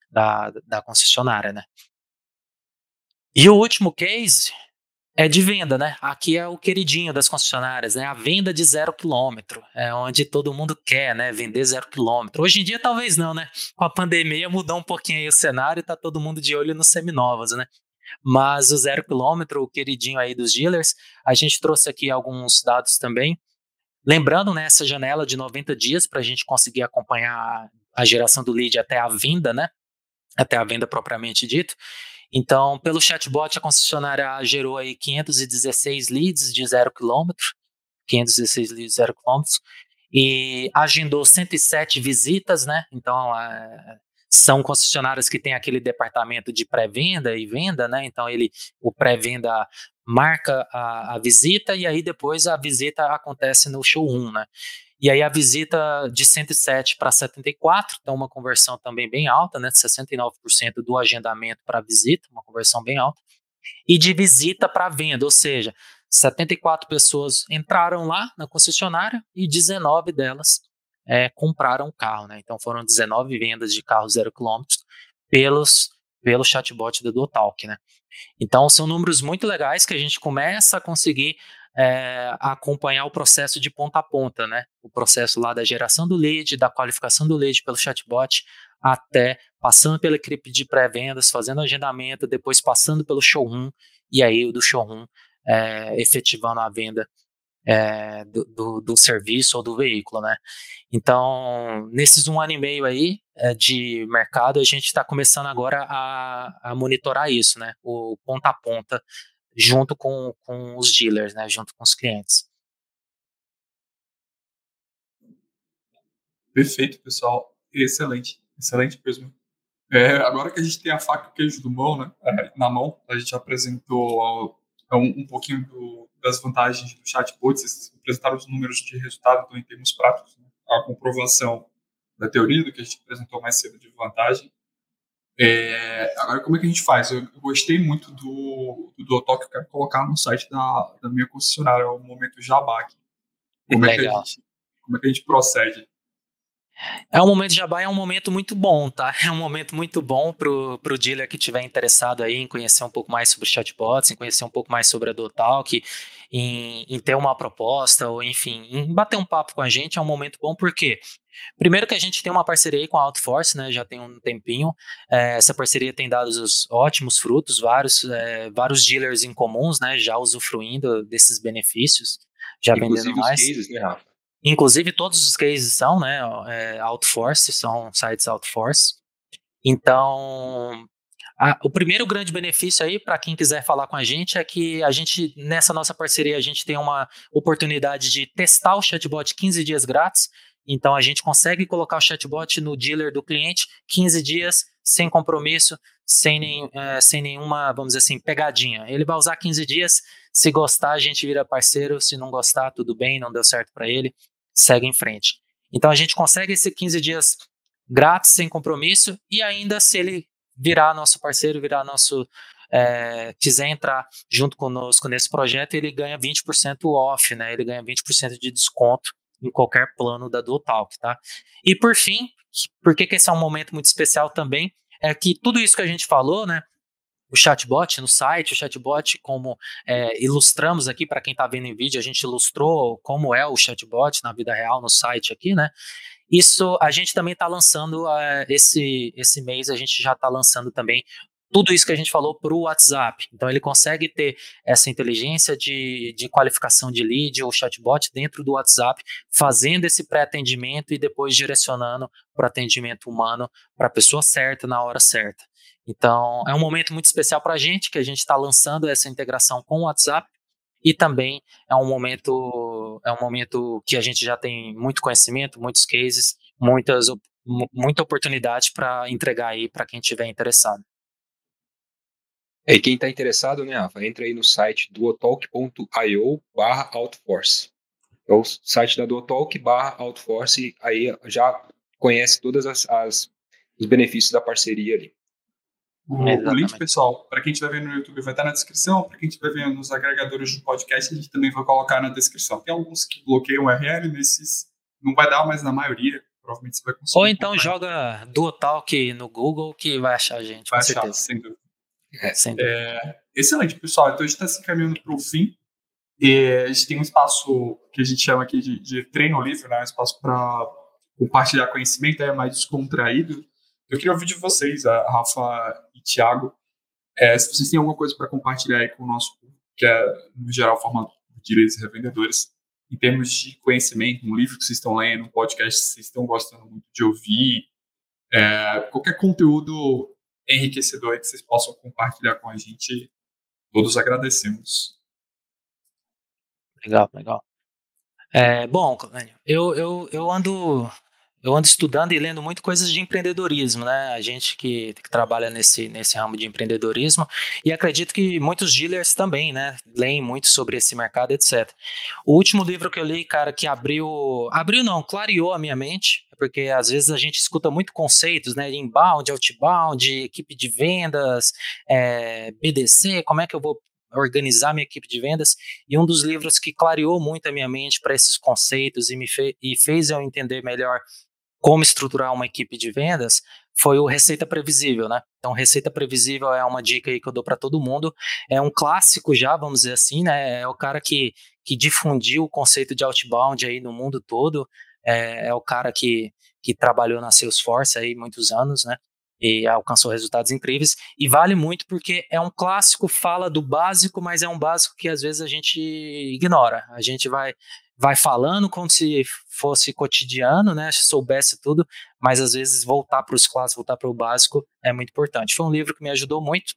da, da concessionária, né? E o último case é de venda, né? Aqui é o queridinho das concessionárias, né? A venda de zero quilômetro, é onde todo mundo quer, né? Vender zero quilômetro. Hoje em dia talvez não, né? Com a pandemia mudou um pouquinho aí o cenário e tá todo mundo de olho nos seminovos, né? Mas o zero quilômetro, o queridinho aí dos dealers, a gente trouxe aqui alguns dados também. Lembrando, né, essa janela de noventa dias para a gente conseguir acompanhar a geração do lead até a venda, né? Até a venda propriamente dito. Então, pelo chatbot, a concessionária gerou aí quinhentos e dezesseis leads de zero quilômetro, quinhentos e dezesseis leads de zero quilômetros, e agendou cento e sete visitas, né? Então, é, são concessionárias que têm aquele departamento de pré-venda e venda, né? Então, ele, o pré-venda marca a, a visita e aí depois a visita acontece no showroom, né? E aí a visita de cento e sete para setenta e quatro, então uma conversão também bem alta, né, de sessenta e nove por cento do agendamento para visita, uma conversão bem alta, e de visita para venda, ou seja, setenta e quatro pessoas entraram lá na concessionária e dezenove delas é, compraram o carro, né, então foram dezenove vendas de carro zero quilômetros pelos, pelo chatbot da Duotalk, né. Então são números muito legais que a gente começa a conseguir É, acompanhar o processo de ponta a ponta, né? O processo lá da geração do lead, da qualificação do lead pelo chatbot, até passando pela equipe de pré-vendas, fazendo agendamento, depois passando pelo showroom, e aí o do showroom é, efetivando a venda é, do, do, do serviço ou do veículo, né? Então, nesses um ano e meio aí é, de mercado, a gente está começando agora a, a monitorar isso, né? O ponta a ponta, junto com, com os dealers, né, junto com os clientes. Perfeito, pessoal. Excelente, excelente mesmo. É, agora que a gente tem a faca e o queijo do mão, né, é, na mão, a gente apresentou uh, um, um pouquinho do, das vantagens do chatbot, vocês apresentaram os números de resultado, então, em termos práticos, né, a comprovação da teoria, do que a gente apresentou mais cedo de vantagem. É, agora, como é que a gente faz? Eu, eu gostei muito do, do Duotalk, eu quero colocar no site da, da minha concessionária, é o momento Jabá aqui. Como é, que a gente, como é que a gente procede? É um momento Jabá, é um momento muito bom, tá? É um momento muito bom pro, pro dealer que estiver interessado aí em conhecer um pouco mais sobre chatbots, em conhecer um pouco mais sobre a Duotalk, em, em ter uma proposta, ou enfim, em bater um papo com a gente, é um momento bom, porque primeiro que a gente tem uma parceria aí com a Outforce, né? Já tem um tempinho. É, essa parceria tem dado os ótimos frutos, vários, é, vários dealers em comuns, né? Já usufruindo desses benefícios, já Inclusive vendendo mais. Os cases, né, Rafa? Inclusive, todos os cases são, né, é, Outforce, são sites Outforce. Então, a, o primeiro grande benefício aí, para quem quiser falar com a gente, é que a gente, nessa nossa parceria, a gente tem uma oportunidade de testar o chatbot quinze dias grátis. Então, a gente consegue colocar o chatbot no dealer do cliente quinze dias, sem compromisso, sem, nem, é, sem nenhuma, vamos dizer assim, pegadinha. Ele vai usar quinze dias, se gostar, a gente vira parceiro, se não gostar, tudo bem, não deu certo para ele, segue em frente. Então, a gente consegue esses quinze dias grátis, sem compromisso, e ainda se ele virar nosso parceiro, virar nosso, é, quiser entrar junto conosco nesse projeto, ele ganha vinte por cento off, né? Ele ganha vinte por cento de desconto em qualquer plano da Duotalk, tá? E por fim, por que que esse é um momento muito especial também, é que tudo isso que a gente falou, né? O chatbot no site, o chatbot como é, ilustramos aqui, para quem está vendo em vídeo, a gente ilustrou como é o chatbot na vida real no site aqui, né? Isso a gente também está lançando, uh, esse, esse mês a gente já está lançando também tudo isso que a gente falou para o WhatsApp. Então ele consegue ter essa inteligência de, de qualificação de lead ou chatbot dentro do WhatsApp, fazendo esse pré-atendimento e depois direcionando para o atendimento humano para a pessoa certa na hora certa. Então é um momento muito especial para a gente, que a gente está lançando essa integração com o WhatsApp. E também é um momento é um momento que a gente já tem muito conhecimento, muitos cases, muitas, muita oportunidade para entregar aí para quem estiver interessado. E quem está interessado, né, Rafa, entra aí no site duotalk ponto io barra Outforce. É o site da Duotalk barra Outforce, aí já conhece todas as, as os benefícios da parceria ali. O, o link, pessoal, para quem estiver vendo no YouTube vai estar na descrição, para quem estiver vendo nos agregadores do podcast, a gente também vai colocar na descrição. Tem alguns que bloqueiam o U R L, nesses não vai dar, mas na maioria provavelmente você vai conseguir. Ou então joga Duotalk no Google que vai achar a gente, vai com achar, certeza. sem dúvida. É, sem dúvida. É, excelente, pessoal. Então a gente está se encaminhando para o fim. E a gente tem um espaço que a gente chama aqui de, de treino livre, né? Um espaço para compartilhar conhecimento, é mais descontraído. Eu queria ouvir de vocês, a Rafa e Thiago, é, se vocês têm alguma coisa para compartilhar aí com o nosso público, que é, no geral, formado por direitos e revendedores, em termos de conhecimento, um livro que vocês estão lendo, um podcast que vocês estão gostando muito de ouvir, é, qualquer conteúdo enriquecedor que vocês possam compartilhar com a gente, todos agradecemos. Legal, legal. É, bom, eu, eu, eu ando eu ando estudando e lendo muito coisas de empreendedorismo, né? A gente que, que trabalha nesse, nesse ramo de empreendedorismo, e acredito que muitos dealers também, né? Leem muito sobre esse mercado, etcétera. O último livro que eu li, cara, que abriu, abriu não, clareou a minha mente, porque às vezes a gente escuta muito conceitos, né? Inbound, outbound, equipe de vendas, é, B D C, como é que eu vou organizar minha equipe de vendas, e um dos livros que clareou muito a minha mente para esses conceitos e me fe- e fez eu entender melhor como estruturar uma equipe de vendas foi o Receita Previsível, né? Então, Receita Previsível é uma dica aí que eu dou para todo mundo, é um clássico já, vamos dizer assim, né? É o cara que, que difundiu o conceito de outbound aí no mundo todo, é, é o cara que, que trabalhou na Salesforce aí muitos anos, né? E alcançou resultados incríveis, e vale muito porque é um clássico, fala do básico, mas é um básico que às vezes a gente ignora, a gente vai, vai falando como se fosse cotidiano, né, se soubesse tudo, mas às vezes voltar para os clássicos, voltar para o básico é muito importante. Foi um livro que me ajudou muito,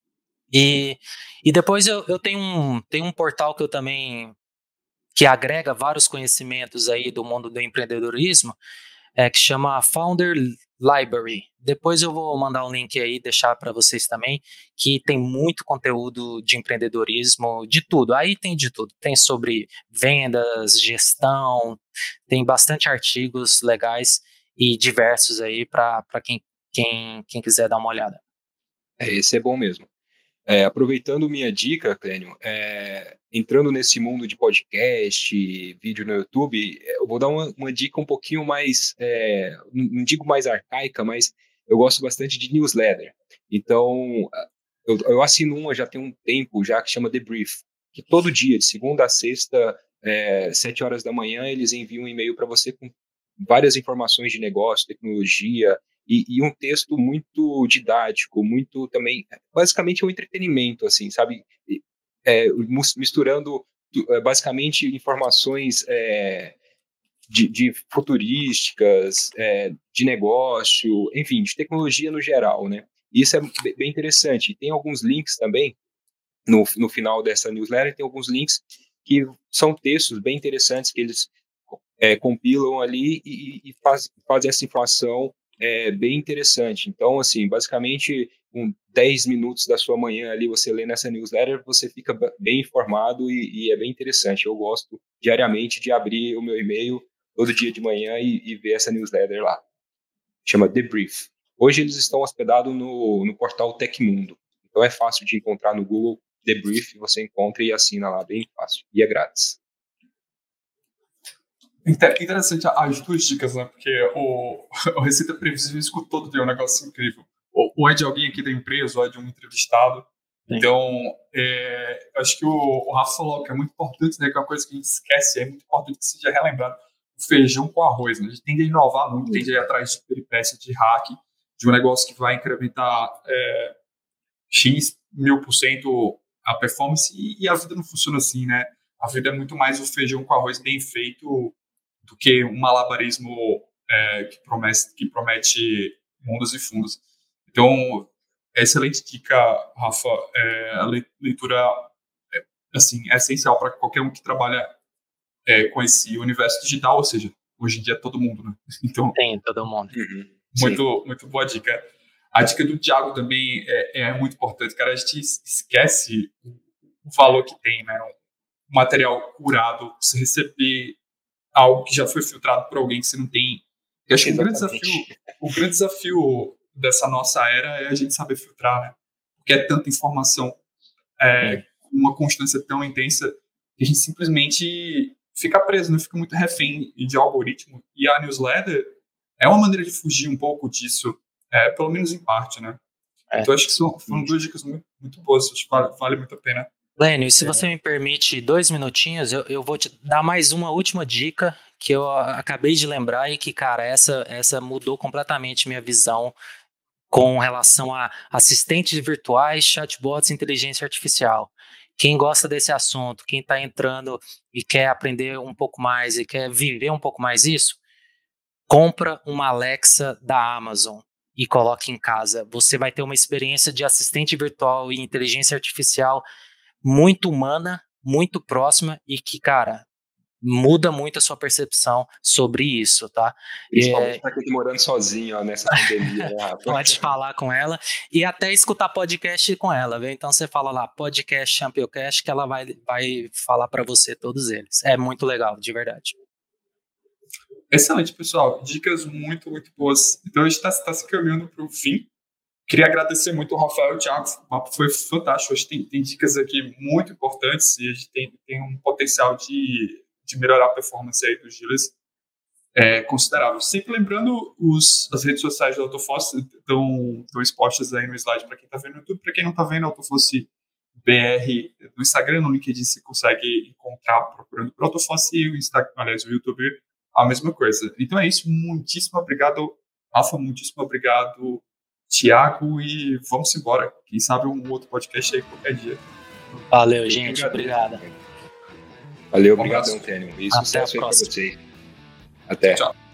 e, e depois eu, eu tenho, um, tenho um portal que eu também, que agrega vários conhecimentos aí do mundo do empreendedorismo, é, que chama Founder Library. Depois eu vou mandar um link aí, deixar para vocês também, que tem muito conteúdo de empreendedorismo, de tudo. Aí tem de tudo. Tem sobre vendas, gestão, tem bastante artigos legais e diversos aí para quem, quem, quem quiser dar uma olhada. É, esse é bom mesmo. É, aproveitando minha dica, Clênio, é, entrando nesse mundo de podcast, vídeo no YouTube, eu vou dar uma, uma dica um pouquinho mais, é, não digo mais arcaica, mas eu gosto bastante de newsletter. Então, eu, eu assino uma já tem um tempo já que chama The Brief, que todo dia, de segunda a sexta, é, sete horas da manhã, eles enviam um e-mail para você com várias informações de negócio, tecnologia, E, e um texto muito didático, muito também, basicamente é um entretenimento, assim, sabe? É, misturando basicamente informações é, de, de futurísticas, é, de negócio, enfim, de tecnologia no geral, né? Isso é bem interessante. E tem alguns links também, no, no final dessa newsletter, tem alguns links que são textos bem interessantes que eles é, compilam ali e, e faz, fazem essa informação é bem interessante. Então, assim, basicamente, com dez minutos da sua manhã ali, você lê nessa newsletter, você fica bem informado e, e é bem interessante. Eu gosto diariamente de abrir o meu e-mail todo dia de manhã e, e ver essa newsletter lá. Chama The Brief. Hoje eles estão hospedados no, no portal Tecmundo. Então é fácil de encontrar no Google The Brief, você encontra e assina lá, bem fácil. E é grátis. Interessante as duas dicas, né? Porque o, o Receita Previsível escutou todo dia, é um negócio incrível. Ou, ou é de alguém aqui da empresa, ou é de um entrevistado. Sim. Então, é, acho que o, o Rafa falou que é muito importante, né? Que é uma coisa que a gente esquece, é muito importante que seja relembrado. O feijão com arroz, né? A gente tende a inovar muito, tende a ir atrás de peripécia, de hack, de um negócio que vai incrementar é, X mil por cento a performance, e, e a vida não funciona assim, né? A vida é muito mais o feijão com arroz bem feito do que um malabarismo é, que, promete, que promete mundos e fundos. Então, é excelente dica, Rafa. É, a leitura é, assim, é essencial para qualquer um que trabalha é, com esse universo digital, ou seja, hoje em dia é todo mundo, né? Então, tem todo mundo. Uhum. Muito, muito boa dica. A dica do Thiago também é, é muito importante. Cara, a gente esquece o valor que tem, né? Um material curado, você receber algo que já foi filtrado por alguém que você não tem. Eu acho que o grande, desafio, o grande desafio dessa nossa era é a gente saber filtrar, né? Porque é tanta informação, é, é. uma constância tão intensa, que a gente simplesmente fica preso, né? Fica muito refém de algoritmo. E a newsletter é uma maneira de fugir um pouco disso, é, pelo menos em parte, né? É. Então, acho que são, foram duas dicas muito, muito boas, acho que vale, vale muito a pena. Lênio, se é. você me permite dois minutinhos, eu, eu vou te dar mais uma última dica que eu acabei de lembrar e que, cara, essa, essa mudou completamente minha visão com relação a assistentes virtuais, chatbots, inteligência artificial. Quem gosta desse assunto, quem está entrando e quer aprender um pouco mais e quer viver um pouco mais isso, compra uma Alexa da Amazon e coloque em casa. Você vai ter uma experiência de assistente virtual e inteligência artificial muito humana, muito próxima e que, cara, muda muito a sua percepção sobre isso, tá? Principalmente é... pra quem tá morando sozinho, ó, nessa pandemia. Né? Pode falar com ela e até escutar podcast com ela, viu? Então você fala lá, podcast Championcast, que ela vai, vai falar para você todos eles. É muito legal, de verdade. Excelente, pessoal. Dicas muito, muito boas. Então a gente está tá se caminhando para o fim. Queria agradecer muito ao Rafael e o Thiago. O papo foi fantástico. A gente tem, tem dicas aqui muito importantes e a gente tem, tem um potencial de, de melhorar a performance aí dos dealers é, considerável. Sempre lembrando, os, as redes sociais do Autofosse estão expostas aí no slide para quem está vendo no YouTube. Para quem não está vendo, Autofosse B R no Instagram, no LinkedIn você consegue encontrar procurando por Autofosse e o Instagram, aliás, o YouTube, a mesma coisa. Então é isso. Muitíssimo obrigado, Rafa. Muitíssimo obrigado, Thiago, e vamos embora. Quem sabe um outro podcast aí qualquer dia. Valeu, gente. Obrigado. Valeu, obrigadão, Tênio. E sucesso aí pra vocês. Até. Tchau.